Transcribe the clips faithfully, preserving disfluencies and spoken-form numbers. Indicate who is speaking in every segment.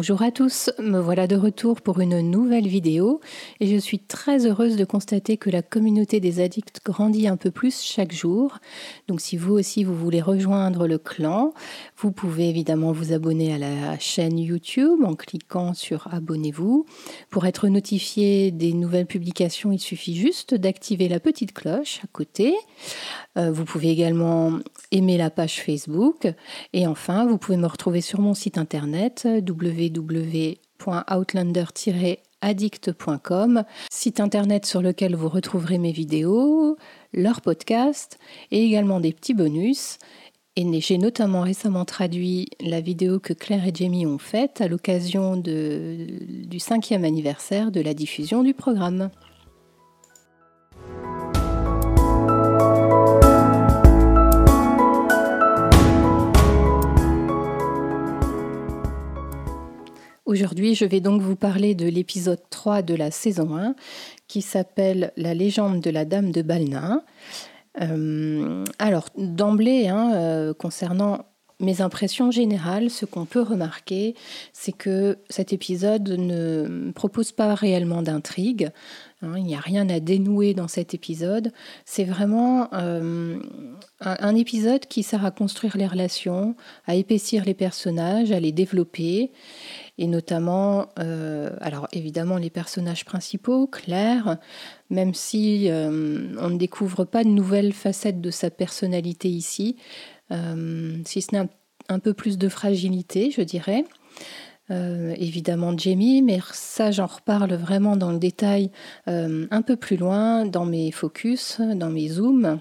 Speaker 1: Bonjour à tous, me voilà de retour pour une nouvelle vidéo et je suis très heureuse de constater que la communauté des addicts grandit un peu plus chaque jour. Donc si vous aussi vous voulez rejoindre le clan, vous pouvez évidemment vous abonner à la chaîne YouTube en cliquant sur abonnez-vous. Pour être notifié des nouvelles publications, il suffit juste d'activer la petite cloche à côté. Euh, vous pouvez également aimer la page Facebook et enfin vous pouvez me retrouver sur mon site internet w w w point outlander tiret addict point com, site internet sur lequel vous retrouverez mes vidéos, leurs podcasts et également des petits bonus. Et j'ai notamment récemment traduit la vidéo que Claire et Jamie ont faite à l'occasion de, du cinquième anniversaire de la diffusion du programme. Aujourd'hui, je vais donc vous parler de l'épisode trois de la saison un qui s'appelle « La légende de la Dame de Balnain ». Euh, alors, d'emblée, hein, euh, concernant mes impressions générales, ce qu'on peut remarquer, c'est que cet épisode ne propose pas réellement d'intrigue. Hein, il n'y a rien à dénouer dans cet épisode. C'est vraiment euh, un, un épisode qui sert à construire les relations, à épaissir les personnages, à les développer. Et notamment, euh, alors évidemment les personnages principaux, Claire, même si euh, on ne découvre pas de nouvelles facettes de sa personnalité ici, euh, si ce n'est un, un peu plus de fragilité, je dirais. Euh, évidemment Jamie, mais ça j'en reparle vraiment dans le détail euh, un peu plus loin, dans mes focus, dans mes zooms.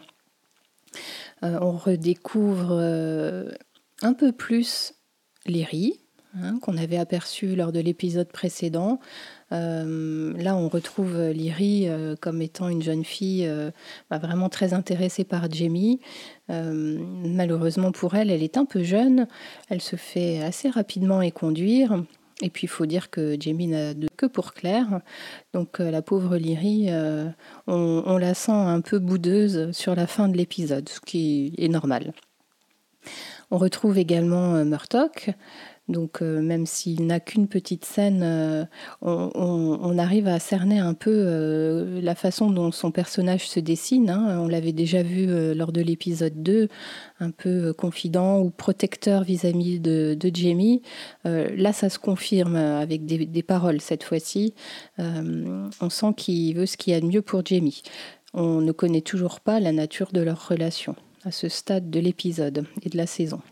Speaker 1: Euh, on redécouvre euh, un peu plus Lyrie, Hein, qu'on avait aperçu lors de l'épisode précédent. Euh, là, on retrouve Lyrie euh, comme étant une jeune fille euh, bah, vraiment très intéressée par Jamie. Euh, malheureusement pour elle, elle est un peu jeune. Elle se fait assez rapidement éconduire. Et puis, il faut dire que Jamie n'a de que pour Claire. Donc, euh, la pauvre Lyrie, euh, on, on la sent un peu boudeuse sur la fin de l'épisode, ce qui est normal. On retrouve également euh, Murtock. Donc euh, même s'il n'a qu'une petite scène, euh, on, on, on arrive à cerner un peu euh, la façon dont son personnage se dessine. Hein. On l'avait déjà vu euh, lors de l'épisode deux, un peu euh, confident ou protecteur vis-à-vis de, de Jamie. Euh, là, ça se confirme avec des, des paroles cette fois-ci. Euh, on sent qu'il veut ce qu'il y a de mieux pour Jamie. On ne connaît toujours pas la nature de leur relation à ce stade de l'épisode et de la saison.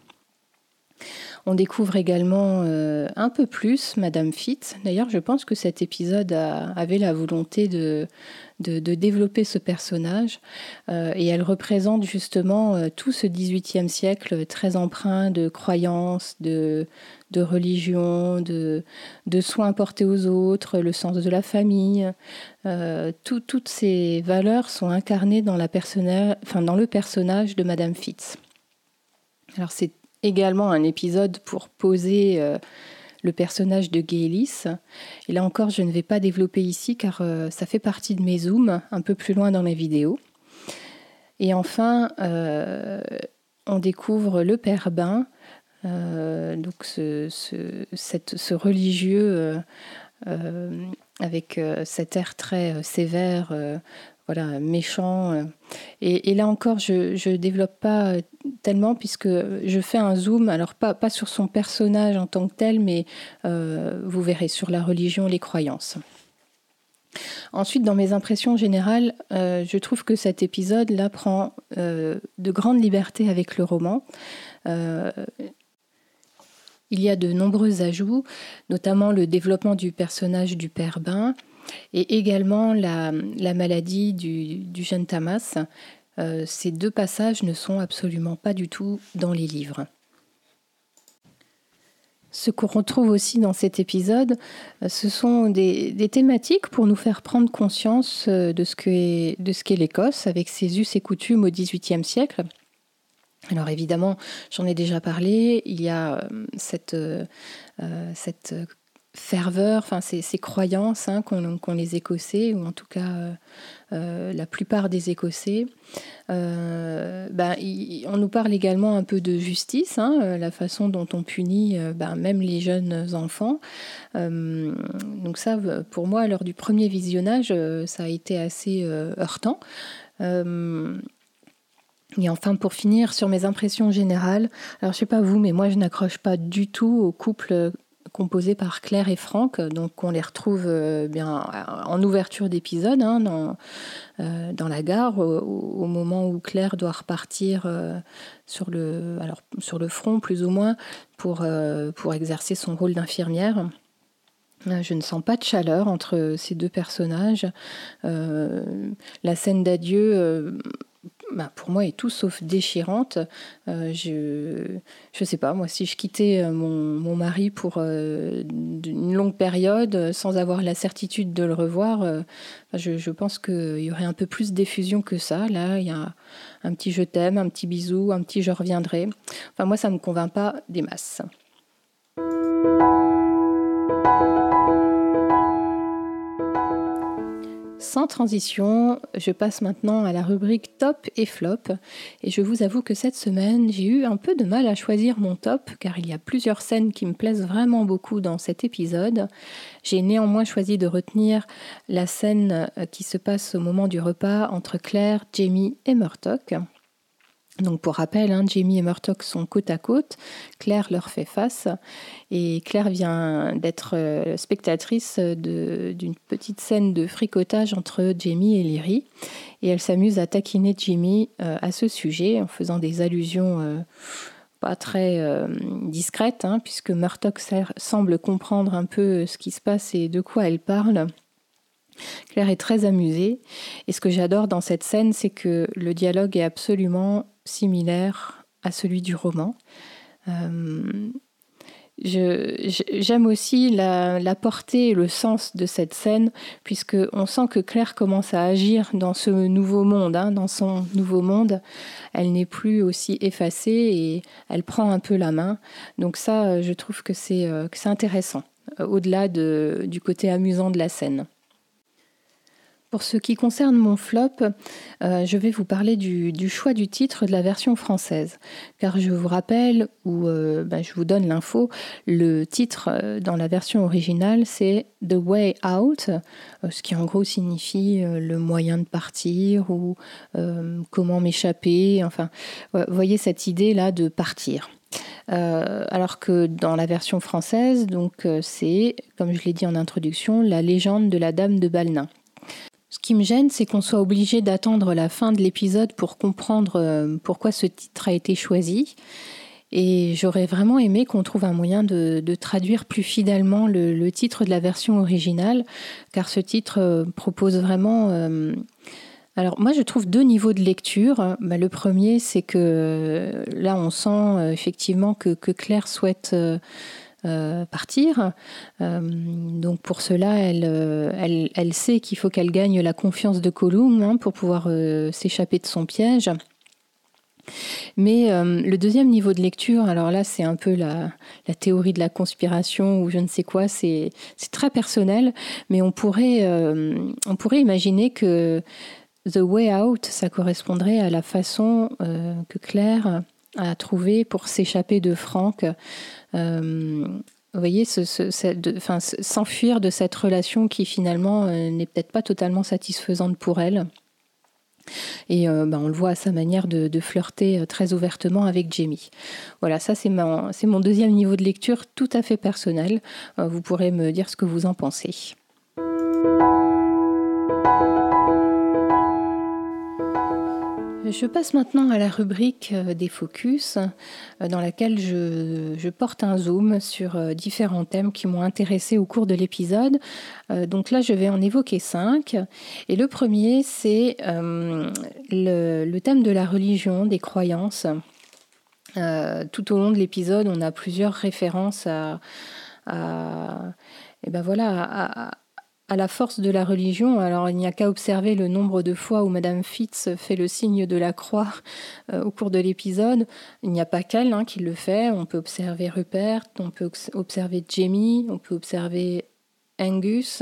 Speaker 1: On découvre également euh, un peu plus Madame Fitz. D'ailleurs, je pense que cet épisode a, avait la volonté de, de, de développer ce personnage. Euh, et elle représente justement euh, tout ce dix-huitième siècle très empreint de croyances, de, de religion, de, de soins portés aux autres, le sens de la famille. Euh, tout, toutes ces valeurs sont incarnées dans, la personna- enfin, dans le personnage de Madame Fitz. Alors, c'est également un épisode pour poser euh, le personnage de Gélis. Et là encore, je ne vais pas développer ici car euh, ça fait partie de mes zooms un peu plus loin dans mes vidéos. Et enfin, euh, on découvre le Père Bain, euh, donc ce, ce, cette, ce religieux euh, euh, avec euh, cet air très euh, sévère, euh, voilà, méchant. Euh. Et, et là encore, je ne développe pas tellement puisque je fais un zoom, alors pas, pas sur son personnage en tant que tel, mais euh, vous verrez sur la religion, les croyances. Ensuite, dans mes impressions générales, euh, je trouve que cet épisode-là prend euh, de grandes libertés avec le roman. Euh, il y a de nombreux ajouts, notamment le développement du personnage du Père Bain et également la, la maladie du, du jeune Tamas. Euh, ces deux passages ne sont absolument pas du tout dans les livres. Ce qu'on retrouve aussi dans cet épisode, ce sont des, des thématiques pour nous faire prendre conscience de ce qu'est, de ce qu'est l'Écosse avec ses us et coutumes au dix-huitième siècle. Alors évidemment, j'en ai déjà parlé, il y a cette, euh, cette ferveur, enfin ces, ces croyances hein, qu'ont, qu'ont les Écossais, ou en tout cas euh, euh, la plupart des Écossais. Euh, ben, il, on nous parle également un peu de justice, hein, euh, la façon dont on punit euh, ben, même les jeunes enfants. Euh, donc ça, pour moi, lors du premier visionnage, euh, ça a été assez euh, heurtant. Euh, et enfin, pour finir, sur mes impressions générales, alors je sais pas vous, mais moi je n'accroche pas du tout au couple composé par Claire et Franck. Donc on les retrouve euh, bien en ouverture d'épisode, hein, dans, euh, dans la gare, au, au moment où Claire doit repartir euh, sur, le, alors, sur le front, plus ou moins, pour, euh, pour exercer son rôle d'infirmière. Je ne sens pas de chaleur entre ces deux personnages. Euh, la scène d'adieu, euh, bah pour moi, est tout sauf déchirante. Euh, je ne sais pas, moi, si je quittais mon, mon mari pour euh, une longue période sans avoir la certitude de le revoir, euh, je, je pense qu'il y aurait un peu plus d'effusion que ça. Là, il y a un petit je t'aime, un petit bisou, un petit je reviendrai. Enfin, moi, ça ne me convainc pas des masses. Sans transition, je passe maintenant à la rubrique top et flop. Et je vous avoue que cette semaine, j'ai eu un peu de mal à choisir mon top, car il y a plusieurs scènes qui me plaisent vraiment beaucoup dans cet épisode. J'ai néanmoins choisi de retenir la scène qui se passe au moment du repas entre Claire, Jamie et Murtock. Donc pour rappel, hein, Jamie et Murtock sont côte à côte, Claire leur fait face et Claire vient d'être euh, spectatrice de, d'une petite scène de fricotage entre Jamie et Lyrie et elle s'amuse à taquiner Jamie euh, à ce sujet en faisant des allusions euh, pas très euh, discrètes, hein, puisque Murtock semble comprendre un peu ce qui se passe et de quoi elle parle. Claire est très amusée et ce que j'adore dans cette scène, c'est que le dialogue est absolument similaire à celui du roman. Euh, je, j'aime aussi la, la portée et le sens de cette scène, puisqu'on sent que Claire commence à agir dans ce nouveau monde, hein, dans son nouveau monde. Elle n'est plus aussi effacée et elle prend un peu la main. Donc ça, je trouve que c'est, que c'est intéressant, au-delà de, du côté amusant de la scène. Pour ce qui concerne mon flop, euh, je vais vous parler du, du choix du titre de la version française. Car je vous rappelle, ou euh, ben, je vous donne l'info, le titre euh, dans la version originale, c'est The Way Out, euh, ce qui en gros signifie euh, le moyen de partir ou euh, comment m'échapper. Enfin, vous voyez cette idée-là de partir. Euh, alors que dans la version française, donc, euh, c'est, comme je l'ai dit en introduction, la légende de la Dame de Balnain. Ce qui me gêne, c'est qu'on soit obligé d'attendre la fin de l'épisode pour comprendre euh, pourquoi ce titre a été choisi. Et j'aurais vraiment aimé qu'on trouve un moyen de, de traduire plus fidèlement le, le titre de la version originale, car ce titre euh, propose vraiment... Euh... Alors moi, je trouve deux niveaux de lecture. Bah, le premier, c'est que euh, là, on sent euh, effectivement que, que Claire souhaite... Euh, Euh, partir. Euh, donc pour cela, elle, euh, elle, elle sait qu'il faut qu'elle gagne la confiance de Gollum, hein, pour pouvoir euh, s'échapper de son piège. Mais euh, le deuxième niveau de lecture, alors là, c'est un peu la, la théorie de la conspiration ou je ne sais quoi, c'est, c'est très personnel, mais on pourrait, euh, on pourrait imaginer que The Way Out, ça correspondrait à la façon euh, que Claire a trouvé pour s'échapper de Franck. Euh, vous voyez, ce, ce, ce, de, enfin, s'enfuir de cette relation qui finalement euh, n'est peut-être pas totalement satisfaisante pour elle. Et euh, ben, on le voit à sa manière de, de flirter très ouvertement avec Jamie. Voilà, ça c'est, ma, c'est mon deuxième niveau de lecture tout à fait personnel. Euh, vous pourrez me dire ce que vous en pensez. Je passe maintenant à la rubrique des focus, dans laquelle je, je porte un zoom sur différents thèmes qui m'ont intéressée au cours de l'épisode. Donc là, je vais en évoquer cinq. Et le premier, c'est euh, le, le thème de la religion, des croyances. Euh, tout au long de l'épisode, on a plusieurs références à, à, et ben voilà, à, à à la force de la religion. Alors il n'y a qu'à observer le nombre de fois où Madame Fitz fait le signe de la croix euh, au cours de l'épisode. Il n'y a pas qu'elle, hein, qui le fait. On peut observer Rupert, on peut observer Jamie, on peut observer Angus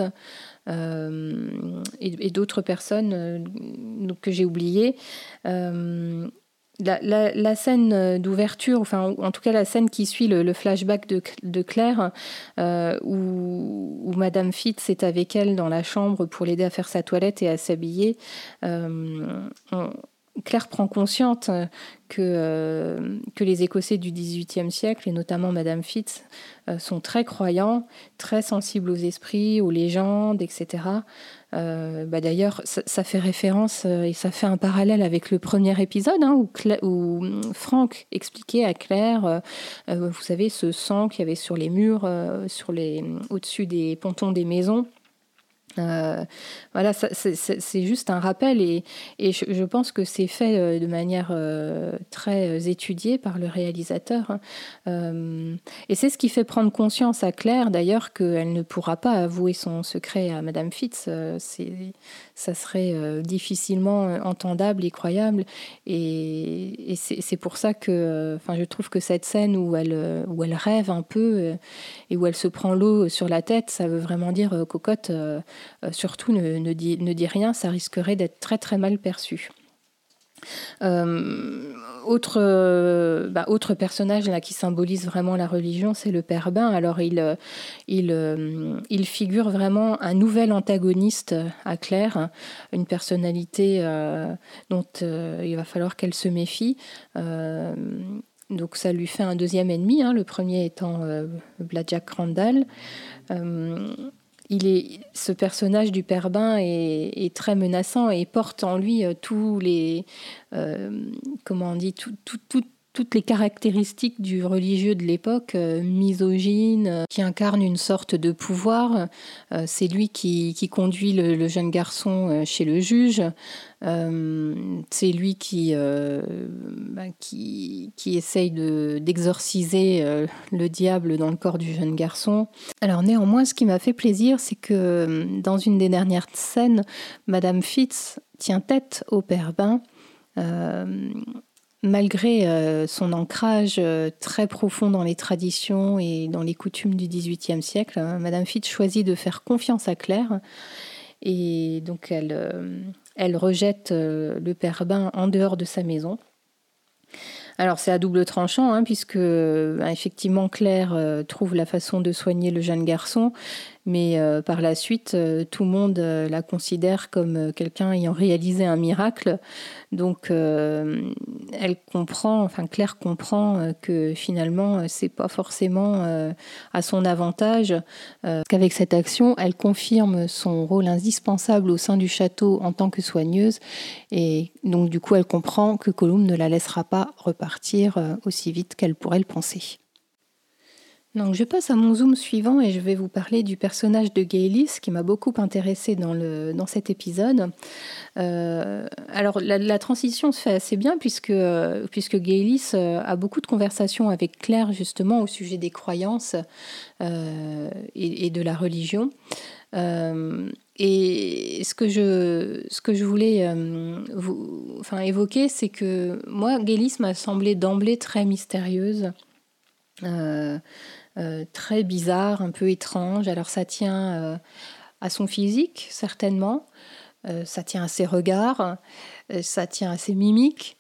Speaker 1: euh, et, et d'autres personnes euh, que j'ai oubliées. Euh, la, la, la scène d'ouverture, enfin en tout cas la scène qui suit le, le flashback de, de Claire, euh, où, où Madame Fitz est avec elle dans la chambre pour l'aider à faire sa toilette et à s'habiller, euh, on, Claire prend conscience que, euh, que les Écossais du dix-huitième siècle, et notamment Madame Fitz, euh, sont très croyants, très sensibles aux esprits, aux légendes, et cetera. Euh, bah d'ailleurs, ça, ça fait référence euh, et ça fait un parallèle avec le premier épisode, hein, où, Cla- où Franck expliquait à Claire, euh, euh, vous savez, ce sang qu'il y avait sur les murs, euh, sur les, au-dessus des pontons des maisons. Euh, voilà, ça, c'est, c'est, c'est juste un rappel et, et je, je pense que c'est fait euh, de manière euh, très étudiée par le réalisateur. Hein. Euh, et c'est ce qui fait prendre conscience à Claire, d'ailleurs, qu'elle ne pourra pas avouer son secret à Madame Fitz. Euh, c'est, ça serait euh, difficilement entendable et croyable. Et, et c'est, c'est pour ça que, enfin, je trouve que cette scène où elle, où elle rêve un peu euh, et où elle se prend l'eau sur la tête, ça veut vraiment dire euh, cocotte. Euh, Euh, surtout ne, ne, dis, ne dis rien, ça risquerait d'être très très mal perçu. Euh, autre, euh, bah, autre personnage là, qui symbolise vraiment la religion, c'est le Père Bain. Alors il, euh, il, euh, il figure vraiment un nouvel antagoniste à Claire, hein, une personnalité euh, dont euh, il va falloir qu'elle se méfie. Euh, donc ça lui fait un deuxième ennemi, hein, le premier étant euh, Blajak Randall. Euh, Il est, ce personnage du Père Bain est, est très menaçant et porte en lui euh, tous les, euh, comment on dit, tout, tout, tout, toutes les caractéristiques du religieux de l'époque, euh, misogyne, euh, qui incarne une sorte de pouvoir. Euh, c'est lui qui, qui conduit le, le jeune garçon euh, chez le juge. Euh, c'est lui qui, euh, bah, qui, qui essaye de, d'exorciser euh, le diable dans le corps du jeune garçon. Alors néanmoins, ce qui m'a fait plaisir, c'est que dans une des dernières scènes, Madame Fitz tient tête au Père Bain. Euh, Malgré euh, son ancrage euh, très profond dans les traditions et dans les coutumes du dix-huitième siècle, hein, Madame Fitz choisit de faire confiance à Claire et donc elle, euh, elle rejette euh, le Père Bain en dehors de sa maison. Alors c'est à double tranchant, hein, puisque euh, effectivement Claire euh, trouve la façon de soigner le jeune garçon, mais euh, par la suite, euh, tout le monde euh, la considère comme euh, quelqu'un ayant réalisé un miracle. Donc euh, elle comprend, enfin Claire comprend euh, que finalement, euh, c'est pas forcément euh, à son avantage, euh, qu'avec cette action, elle confirme son rôle indispensable au sein du château en tant que soigneuse. Et donc du coup, elle comprend que Columb ne la laissera pas repartir euh, aussi vite qu'elle pourrait le penser. Donc je passe à mon zoom suivant et je vais vous parler du personnage de Gaylis qui m'a beaucoup intéressée dans, le, dans cet épisode. Euh, alors la, la transition se fait assez bien puisque, euh, puisque Gaylis euh, a beaucoup de conversations avec Claire justement au sujet des croyances euh, et, et de la religion. Euh, et ce que je, ce que je voulais euh, vous, enfin, évoquer, c'est que moi, Gaylis m'a semblé d'emblée très mystérieuse. Euh, Euh, très bizarre, un peu étrange. Alors ça tient euh, à son physique, certainement, euh, ça tient à ses regards, euh, ça tient à ses mimiques,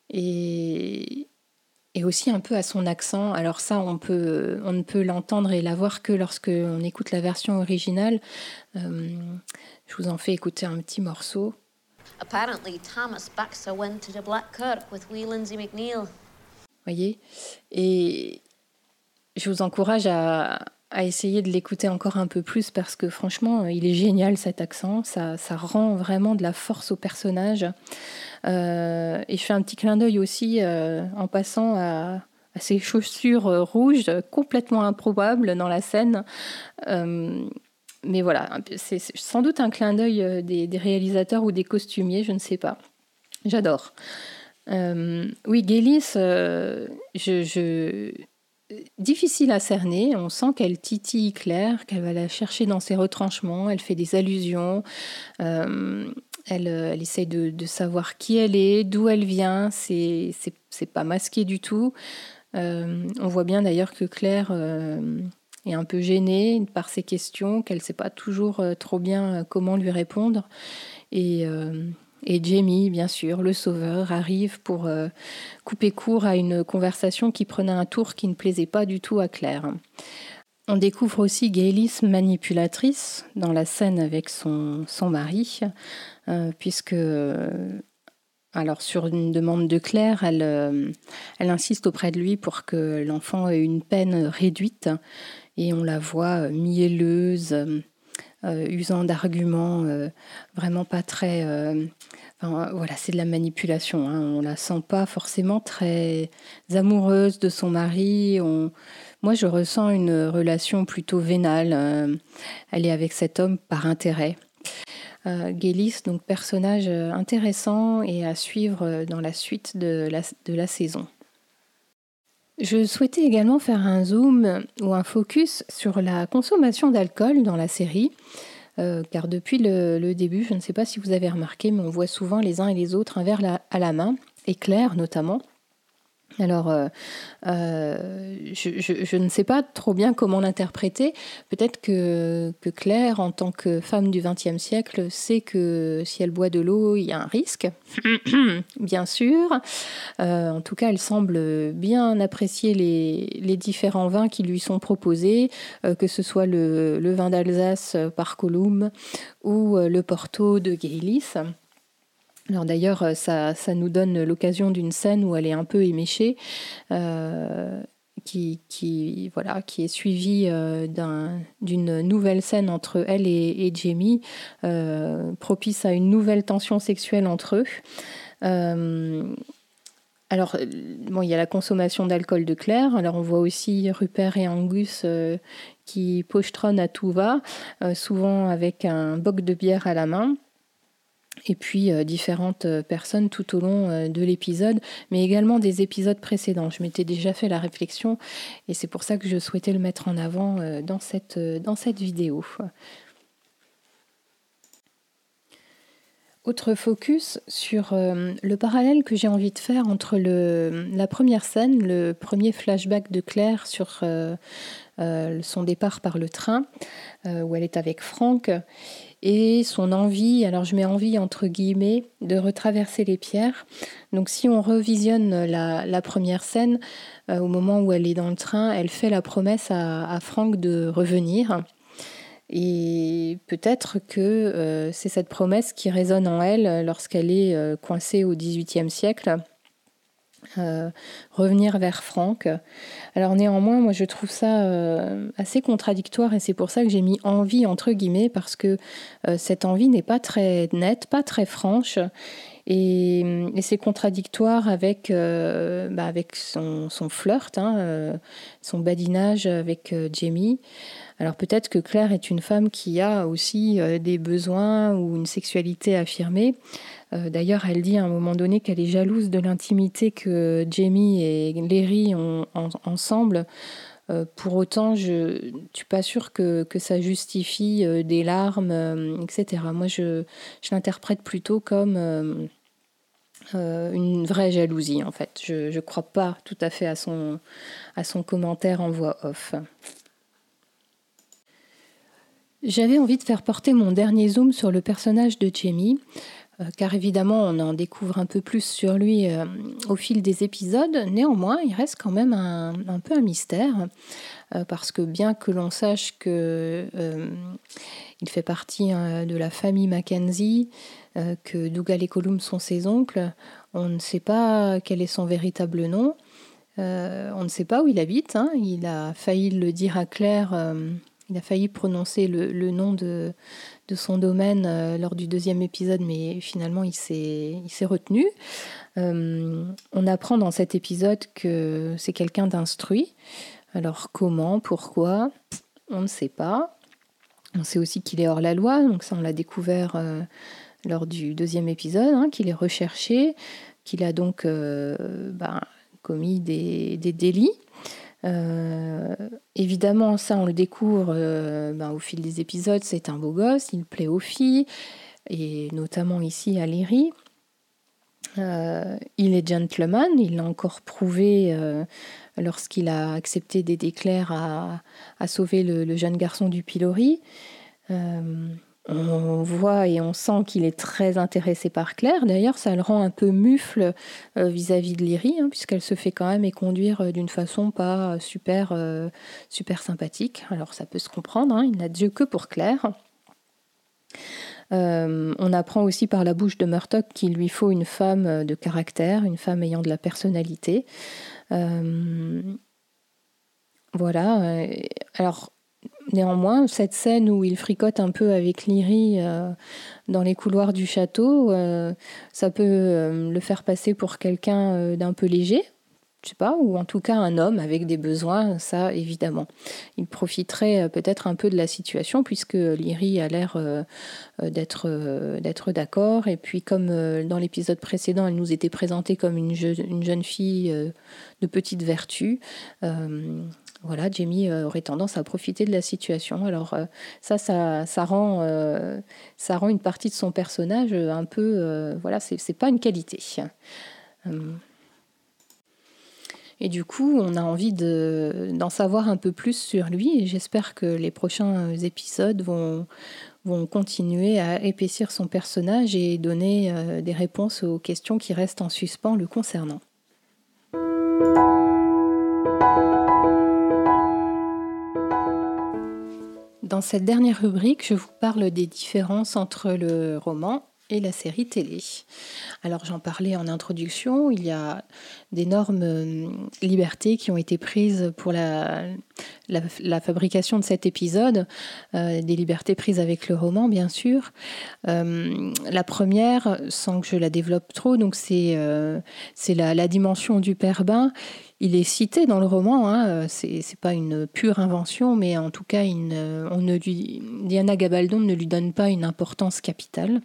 Speaker 1: et, et aussi un peu à son accent. Alors ça, on, peut, on ne peut l'entendre et la voir que lorsque on écoute la version originale. Euh, je vous en fais écouter un petit morceau.
Speaker 2: Apparently, Thomas Baxter went to the Black Kirk with wee Lindsay McNeil.
Speaker 1: Voyez, et je vous encourage à, à essayer de l'écouter encore un peu plus parce que franchement, il est génial cet accent. Ça, ça rend vraiment de la force au personnage. Euh, et je fais un petit clin d'œil aussi euh, en passant à, à ses chaussures rouges complètement improbables dans la scène. Euh, mais voilà, c'est sans doute un clin d'œil des, des réalisateurs ou des costumiers, je ne sais pas. J'adore. Euh, oui, Gaylis, euh, je... je difficile à cerner, on sent qu'elle titille Claire, qu'elle va la chercher dans ses retranchements, elle fait des allusions, euh, elle, elle essaye de, de savoir qui elle est, d'où elle vient, c'est, c'est, c'est pas masqué du tout. Euh, on voit bien d'ailleurs que Claire euh, est un peu gênée par ses questions, qu'elle ne sait pas toujours euh, trop bien comment lui répondre. Et, euh, Et Jamie, bien sûr, le sauveur, arrive pour euh, couper court à une conversation qui prenait un tour qui ne plaisait pas du tout à Claire. On découvre aussi Gaylis manipulatrice dans la scène avec son, son mari, euh, puisque, euh, alors sur une demande de Claire, elle, euh, elle insiste auprès de lui pour que l'enfant ait une peine réduite, et on la voit mielleuse, euh, usant d'arguments euh, vraiment pas très... Euh, enfin, voilà, c'est de la manipulation, hein, on la sent pas forcément très amoureuse de son mari, on... Moi, je ressens une relation plutôt vénale. Euh, elle est avec cet homme par intérêt. Euh, Gaylis, donc personnage intéressant et à suivre dans la suite de la, de la saison. Je souhaitais également faire un zoom ou un focus sur la consommation d'alcool dans la série. Euh, car depuis le, le début, je ne sais pas si vous avez remarqué, mais on voit souvent les uns et les autres un verre la, à la main, et Claire notamment. Alors, euh, euh, je, je, je ne sais pas trop bien comment l'interpréter. Peut-être que, que Claire, en tant que femme du vingtième siècle, sait que si elle boit de l'eau, il y a un risque, bien sûr. Euh, en tout cas, elle semble bien apprécier les, les différents vins qui lui sont proposés, euh, que ce soit le, le vin d'Alsace par Colum ou le Porto de Gaylis. Alors d'ailleurs, ça, ça nous donne l'occasion d'une scène où elle est un peu éméchée, euh, qui, qui, voilà, qui est suivie euh, d'un, d'une nouvelle scène entre elle et, et Jamie, euh, propice à une nouvelle tension sexuelle entre eux. Euh, alors, bon, il y a la consommation d'alcool de Claire. Alors on voit aussi Rupert et Angus euh, qui pochetronnent à tout va, euh, souvent avec un boc de bière à la main. Et puis euh, différentes euh, personnes tout au long euh, de l'épisode, mais également des épisodes précédents. Je m'étais déjà fait la réflexion et c'est pour ça que je souhaitais le mettre en avant euh, dans cette, euh, dans cette vidéo. Autre focus sur euh, le parallèle que j'ai envie de faire entre le, la première scène, le premier flashback de Claire sur euh, euh, son départ par le train, euh, où elle est avec Frank, et son envie, alors je mets envie entre guillemets, de retraverser les pierres. Donc si on revisionne la, la première scène, euh, au moment où elle est dans le train, elle fait la promesse à, à Frank de revenir. Et peut-être que euh, c'est cette promesse qui résonne en elle lorsqu'elle est euh, coincée au dix-huitième siècle. Euh, revenir vers Frank. Alors néanmoins, moi je trouve ça euh, assez contradictoire et c'est pour ça que j'ai mis envie entre guillemets parce que euh, cette envie n'est pas très nette, pas très franche et, et c'est contradictoire avec, euh, bah, avec son, son flirt, hein, euh, son badinage avec euh, Jamie. Alors peut-être que Claire est une femme qui a aussi euh, des besoins ou une sexualité affirmée. Euh, d'ailleurs, elle dit à un moment donné qu'elle est jalouse de l'intimité que Jamie et Larry ont en, ensemble. Euh, pour autant, je ne suis pas sûre que, que ça justifie euh, des larmes, euh, et cetera. Moi, je, je l'interprète plutôt comme euh, euh, une vraie jalousie, en fait. Je ne crois pas tout à fait à son, à son commentaire en voix off. J'avais envie de faire porter mon dernier zoom sur le personnage de Jamie, euh, car évidemment on en découvre un peu plus sur lui euh, au fil des épisodes. Néanmoins, il reste quand même un, un peu un mystère, euh, parce que bien que l'on sache qu'il euh, fait partie euh, de la famille Mackenzie, euh, que Dougal et Colum sont ses oncles, on ne sait pas quel est son véritable nom, euh, on ne sait pas où il habite, hein. Il a failli le dire à Claire... Euh, Il a failli prononcer le, le nom de, de son domaine euh, lors du deuxième épisode, mais finalement il s'est, il s'est retenu. Euh, on apprend dans cet épisode que c'est quelqu'un d'instruit. Alors comment, pourquoi, on ne sait pas. On sait aussi qu'il est hors la loi, donc ça on l'a découvert euh, lors du deuxième épisode, hein, qu'il est recherché, qu'il a donc euh, bah, commis des, des délits. Euh, évidemment, ça on le découvre euh, ben, au fil des épisodes, c'est un beau gosse, il plaît aux filles, et notamment ici à Larry. Euh, il est gentleman, il l'a encore prouvé euh, lorsqu'il a accepté d'aider Claire à, à sauver le, le jeune garçon du pilori. Euh, On voit et on sent qu'il est très intéressé par Claire. D'ailleurs, ça le rend un peu mufle euh, vis-à-vis de Lyrie, hein, puisqu'elle se fait quand même éconduire euh, d'une façon pas super, euh, super sympathique. Alors ça peut se comprendre, hein, il n'a Dieu que pour Claire. Euh, on apprend aussi par la bouche de Murtock qu'il lui faut une femme de caractère, une femme ayant de la personnalité. Euh, voilà. Alors, néanmoins, cette scène où il fricote un peu avec Lyrie euh, dans les couloirs du château, euh, ça peut euh, le faire passer pour quelqu'un euh, d'un peu léger, je sais pas, ou en tout cas un homme avec des besoins, ça évidemment. Il profiterait euh, peut-être un peu de la situation puisque Lyrie a l'air euh, d'être, euh, d'être d'accord. Et puis comme euh, dans l'épisode précédent, elle nous était présentée comme une, je- une jeune fille euh, de petite vertu, euh, voilà, Jamie euh, aurait tendance à profiter de la situation. Alors euh, ça, ça, ça rend, euh, ça rend une partie de son personnage un peu, euh, voilà, c'est, c'est pas une qualité. Euh, Et du coup, on a envie de, d'en savoir un peu plus sur lui et j'espère que les prochains épisodes vont, vont continuer à épaissir son personnage et donner euh, des réponses aux questions qui restent en suspens le concernant. Dans cette dernière rubrique, je vous parle des différences entre le roman et la série télé. Alors j'en parlais en introduction, il y a d'énormes libertés qui ont été prises pour la, la, la fabrication de cet épisode, euh, des libertés prises avec le roman bien sûr. Euh, la première, sans que je la développe trop, donc c'est, euh, c'est la, la dimension du père Bain. Il est cité dans le roman, hein, c'est, c'est pas une pure invention, mais en tout cas, une, on ne lui, Diana Gabaldon ne lui donne pas une importance capitale.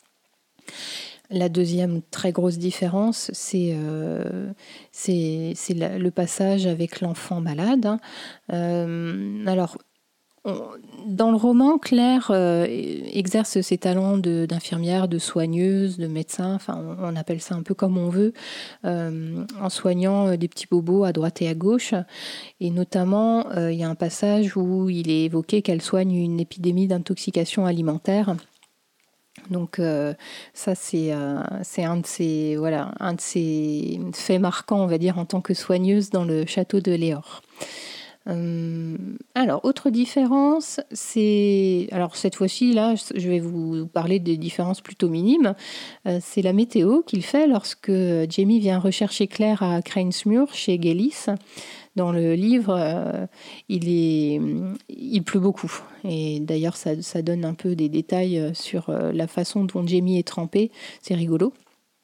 Speaker 1: La deuxième très grosse différence, c'est, euh, c'est, c'est la, le passage avec l'enfant malade. Hein. Euh, alors, on, dans le roman, Claire euh, exerce ses talents de, d'infirmière, de soigneuse, de médecin, enfin, on, on appelle ça un peu comme on veut, euh, en soignant des petits bobos à droite et à gauche. Et notamment, euh, il y a un passage où il est évoqué qu'elle soigne une épidémie d'intoxication alimentaire. Donc euh, ça c'est, euh, c'est un de ces voilà un de ces faits marquants, on va dire, en tant que soigneuse dans le château de Léor. Euh, alors autre différence, c'est alors cette fois-ci là je vais vous parler des différences plutôt minimes. Euh, c'est la météo qu'il fait lorsque Jamie vient rechercher Claire à Cranesmuir chez Gillis. Dans le livre, euh, il, est, il pleut beaucoup. Et d'ailleurs, ça, ça donne un peu des détails sur la façon dont Jamie est trempé. C'est rigolo.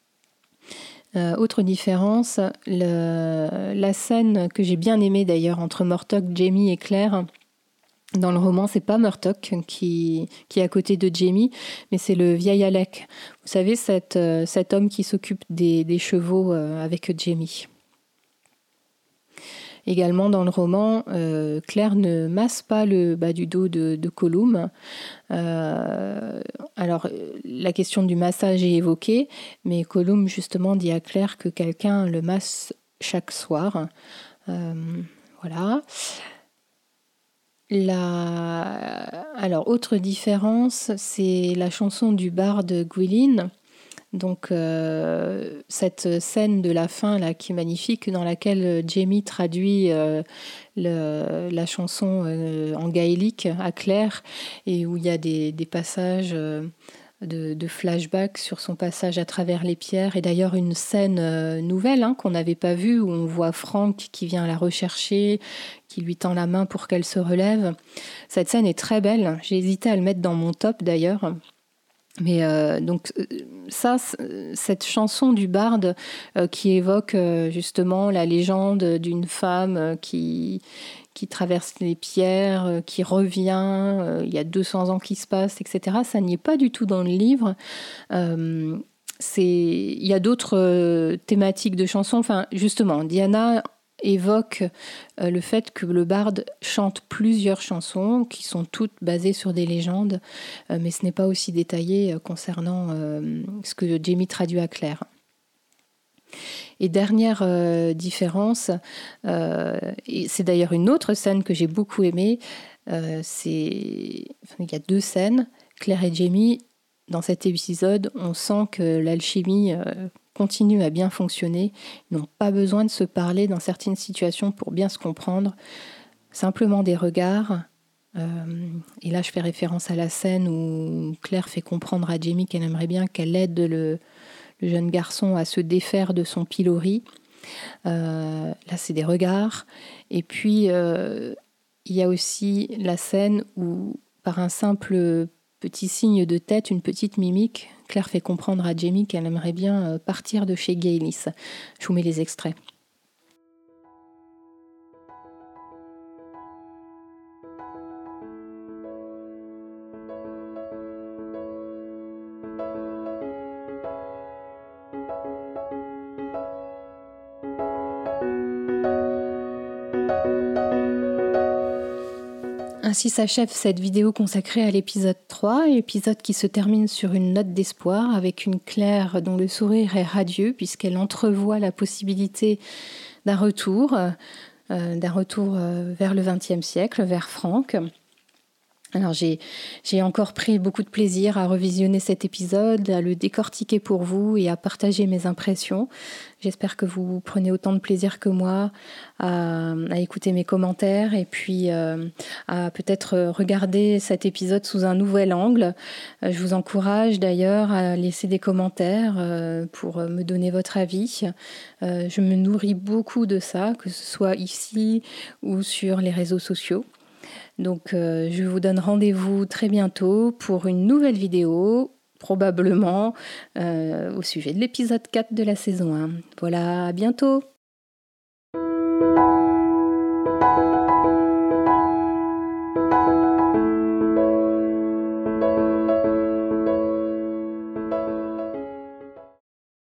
Speaker 1: Euh, autre différence, le, la scène que j'ai bien aimée d'ailleurs entre Murtock, Jamie et Claire. Dans le roman, c'est pas Murtock qui, qui est à côté de Jamie, mais c'est le vieil Alec. Vous savez, cet, cet homme qui s'occupe des, des chevaux avec Jamie. Également dans le roman, euh, Claire ne masse pas le bas du dos de, de Colum. Euh, alors, la question du massage est évoquée, mais Colum justement dit à Claire que quelqu'un le masse chaque soir. Euh, voilà. La... Alors, autre différence, c'est la chanson du barde Gwilyn. Donc euh, cette scène de la fin là qui est magnifique, dans laquelle Jamie traduit euh, le, la chanson euh, en gaélique à Claire, et où il y a des, des passages euh, de, de flashback sur son passage à travers les pierres, et d'ailleurs une scène euh, nouvelle hein, qu'on n'avait pas vue, où on voit Frank qui vient la rechercher, qui lui tend la main pour qu'elle se relève. Cette scène est très belle, j'ai hésité à le mettre dans mon top d'ailleurs. Mais euh, donc ça, cette chanson du barde euh, qui évoque euh, justement la légende d'une femme euh, qui, qui traverse les pierres, euh, qui revient, euh, il y a deux cents ans qui se passent, et cetera. Ça n'y est pas du tout dans le livre. Euh, c'est, il y a d'autres euh, thématiques de chansons. Enfin, justement, Diana évoque euh, le fait que le barde chante plusieurs chansons qui sont toutes basées sur des légendes, euh, mais ce n'est pas aussi détaillé euh, concernant euh, ce que Jamie traduit à Claire. Et dernière euh, différence, euh, et c'est d'ailleurs une autre scène que j'ai beaucoup aimée, euh, c'est, enfin, il y a deux scènes. Claire et Jamie, dans cet épisode, on sent que l'alchimie euh, continue à bien fonctionner. Ils n'ont pas besoin de se parler dans certaines situations pour bien se comprendre. Simplement des regards. Euh, et là, je fais référence à la scène où Claire fait comprendre à Jamie qu'elle aimerait bien qu'elle aide le, le jeune garçon à se défaire de son pilori. Euh, là, c'est des regards. Et puis, euh, il y a aussi la scène où, par un simple petit signe de tête, une petite mimique, Claire fait comprendre à Jamie qu'elle aimerait bien partir de chez Gaylis. Je vous mets les extraits. Ainsi s'achève cette vidéo consacrée à l'épisode trois, épisode qui se termine sur une note d'espoir avec une Claire dont le sourire est radieux puisqu'elle entrevoit la possibilité d'un retour, euh, d'un retour euh, vers le vingtième siècle, vers Franck. Alors j'ai, j'ai encore pris beaucoup de plaisir à revisionner cet épisode, à le décortiquer pour vous et à partager mes impressions. J'espère que vous prenez autant de plaisir que moi à, à écouter mes commentaires et puis euh, à peut-être regarder cet épisode sous un nouvel angle. Euh, je vous encourage d'ailleurs à laisser des commentaires euh, pour me donner votre avis. Euh, je me nourris beaucoup de ça, que ce soit ici ou sur les réseaux sociaux. Donc euh, je vous donne rendez-vous très bientôt pour une nouvelle vidéo, probablement euh, au sujet de l'épisode quatre de la saison un. Voilà, à bientôt!